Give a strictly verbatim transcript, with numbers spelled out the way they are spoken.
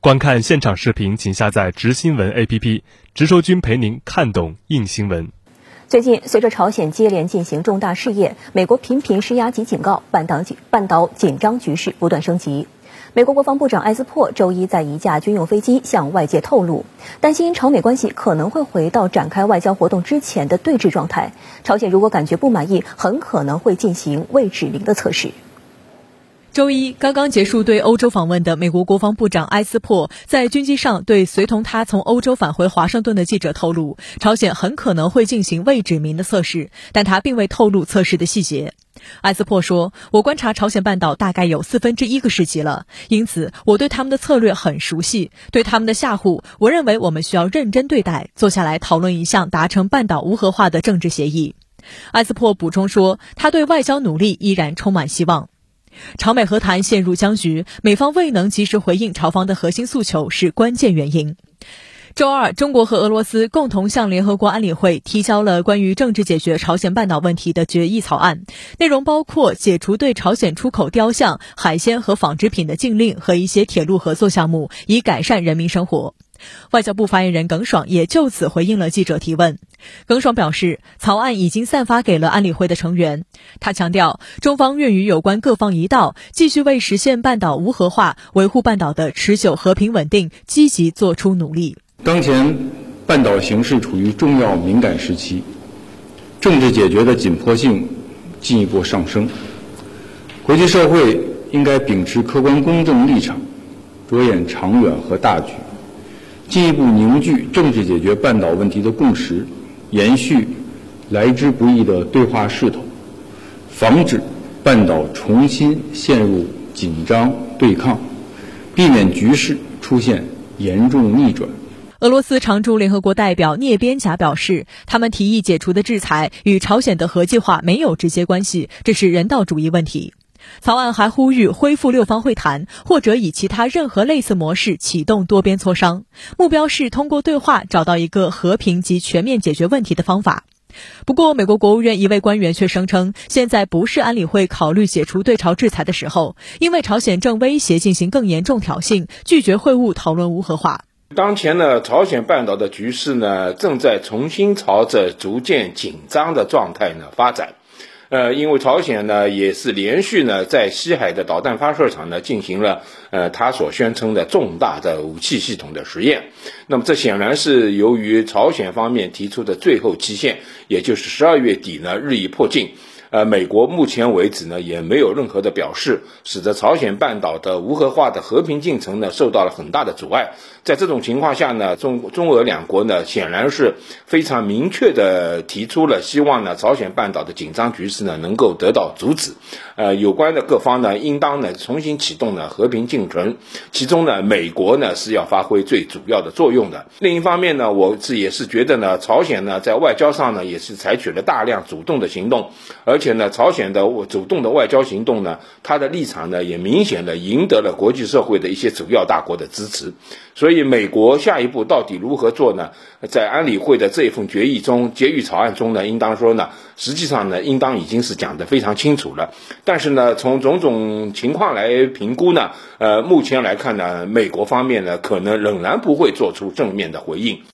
观看现场视频，请下载直新闻 A P P， 直说君陪您看懂硬新闻。 最近，随着朝鲜接连进行重大试验，美国频频施压及警告，半岛半岛紧张局势不断升级。美国国防部长埃斯珀周一在一架军用飞机向外界透露，担心朝美关系可能会回到展开外交活动之前的对峙状态。朝鲜如果感觉不满意，很可能会进行未指明的测试。 周一，刚刚结束对欧洲访问的美国国防部长埃斯珀在军机上对随同他从欧洲返回华盛顿的记者透露，朝鲜很可能会进行未指明的测试，但他并未透露测试的细节。埃斯珀说，我观察朝鲜半岛大概有四分之一个世纪了，因此我对他们的策略很熟悉，对他们的吓唬，我认为我们需要认真对待，坐下来讨论一项达成半岛无核化的政治协议。埃斯珀补充说，他对外交努力依然充满希望。朝美和谈陷入僵局，美方未能及时回应朝方的核心诉求是关键原因。周二，中国和俄罗斯共同向联合国安理会提交了关于政治解决朝鲜半岛问题的决议草案，内容包括解除对朝鲜出口雕像、海鲜和纺织品的禁令和一些铁路合作项目，以改善人民生活。外交部发言人耿爽也就此回应了记者提问。耿爽表示，草案已经散发给了安理会的成员。他强调，中方愿与有关各方一道，继续为实现半岛无核化、维护半岛的持久和平稳定积极做出努力。 当前半岛形势处于重要敏感时期，政治解决的紧迫性进一步上升。国际社会应该秉持客观公正立场，着眼长远和大局，进一步凝聚政治解决半岛问题的共识，延续来之不易的对话势头，防止半岛重新陷入紧张对抗，避免局势出现严重逆转。 俄罗斯常驻联合国代表聂边贾表示，他们提议解除的制裁与朝鲜的核计划没有直接关系，这是人道主义问题。草案还呼吁恢复六方会谈，或者以其他任何类似模式启动多边磋商，目标是通过对话找到一个和平及全面解决问题的方法。不过，美国国务院一位官员却声称，现在不是安理会考虑解除对朝制裁的时候，因为朝鲜正威胁进行更严重挑衅，拒绝会晤讨论无核化。 当前呢，朝鲜半岛的局势呢，正在重新朝着逐渐紧张的状态呢发展。呃，因为朝鲜呢也是连续呢在西海的导弹发射场呢进行了呃他所宣称的重大的武器系统的实验。那么这显然是由于朝鲜方面提出的最后期限，也就是十二月底呢日益迫近。呃，美国目前为止呢也没有任何的表示，使得朝鲜半岛的无核化的和平进程呢受到了很大的阻碍。在这种情况下呢，中中俄两国呢显然是非常明确的提出了希望呢朝鲜半岛的紧张局势呢能够得到阻止。呃，有关的各方呢应当呢重新启动呢和平进程，其中呢美国呢是要发挥最主要的作用的。另一方面呢，我是也是觉得呢朝鲜呢在外交上呢也是采取了大量主动的行动，而且呢朝鲜的主动的外交行动呢，它的立场呢也明显的赢得了国际社会的一些主要大国的支持。所以美国下一步到底如何做呢？在安理会的这份决议中，决议草案中呢，应当说呢，实际上呢，应当已经是讲得非常清楚了。但是呢，从种种情况来评估呢，呃，目前来看呢，美国方面呢，可能仍然不会做出正面的回应。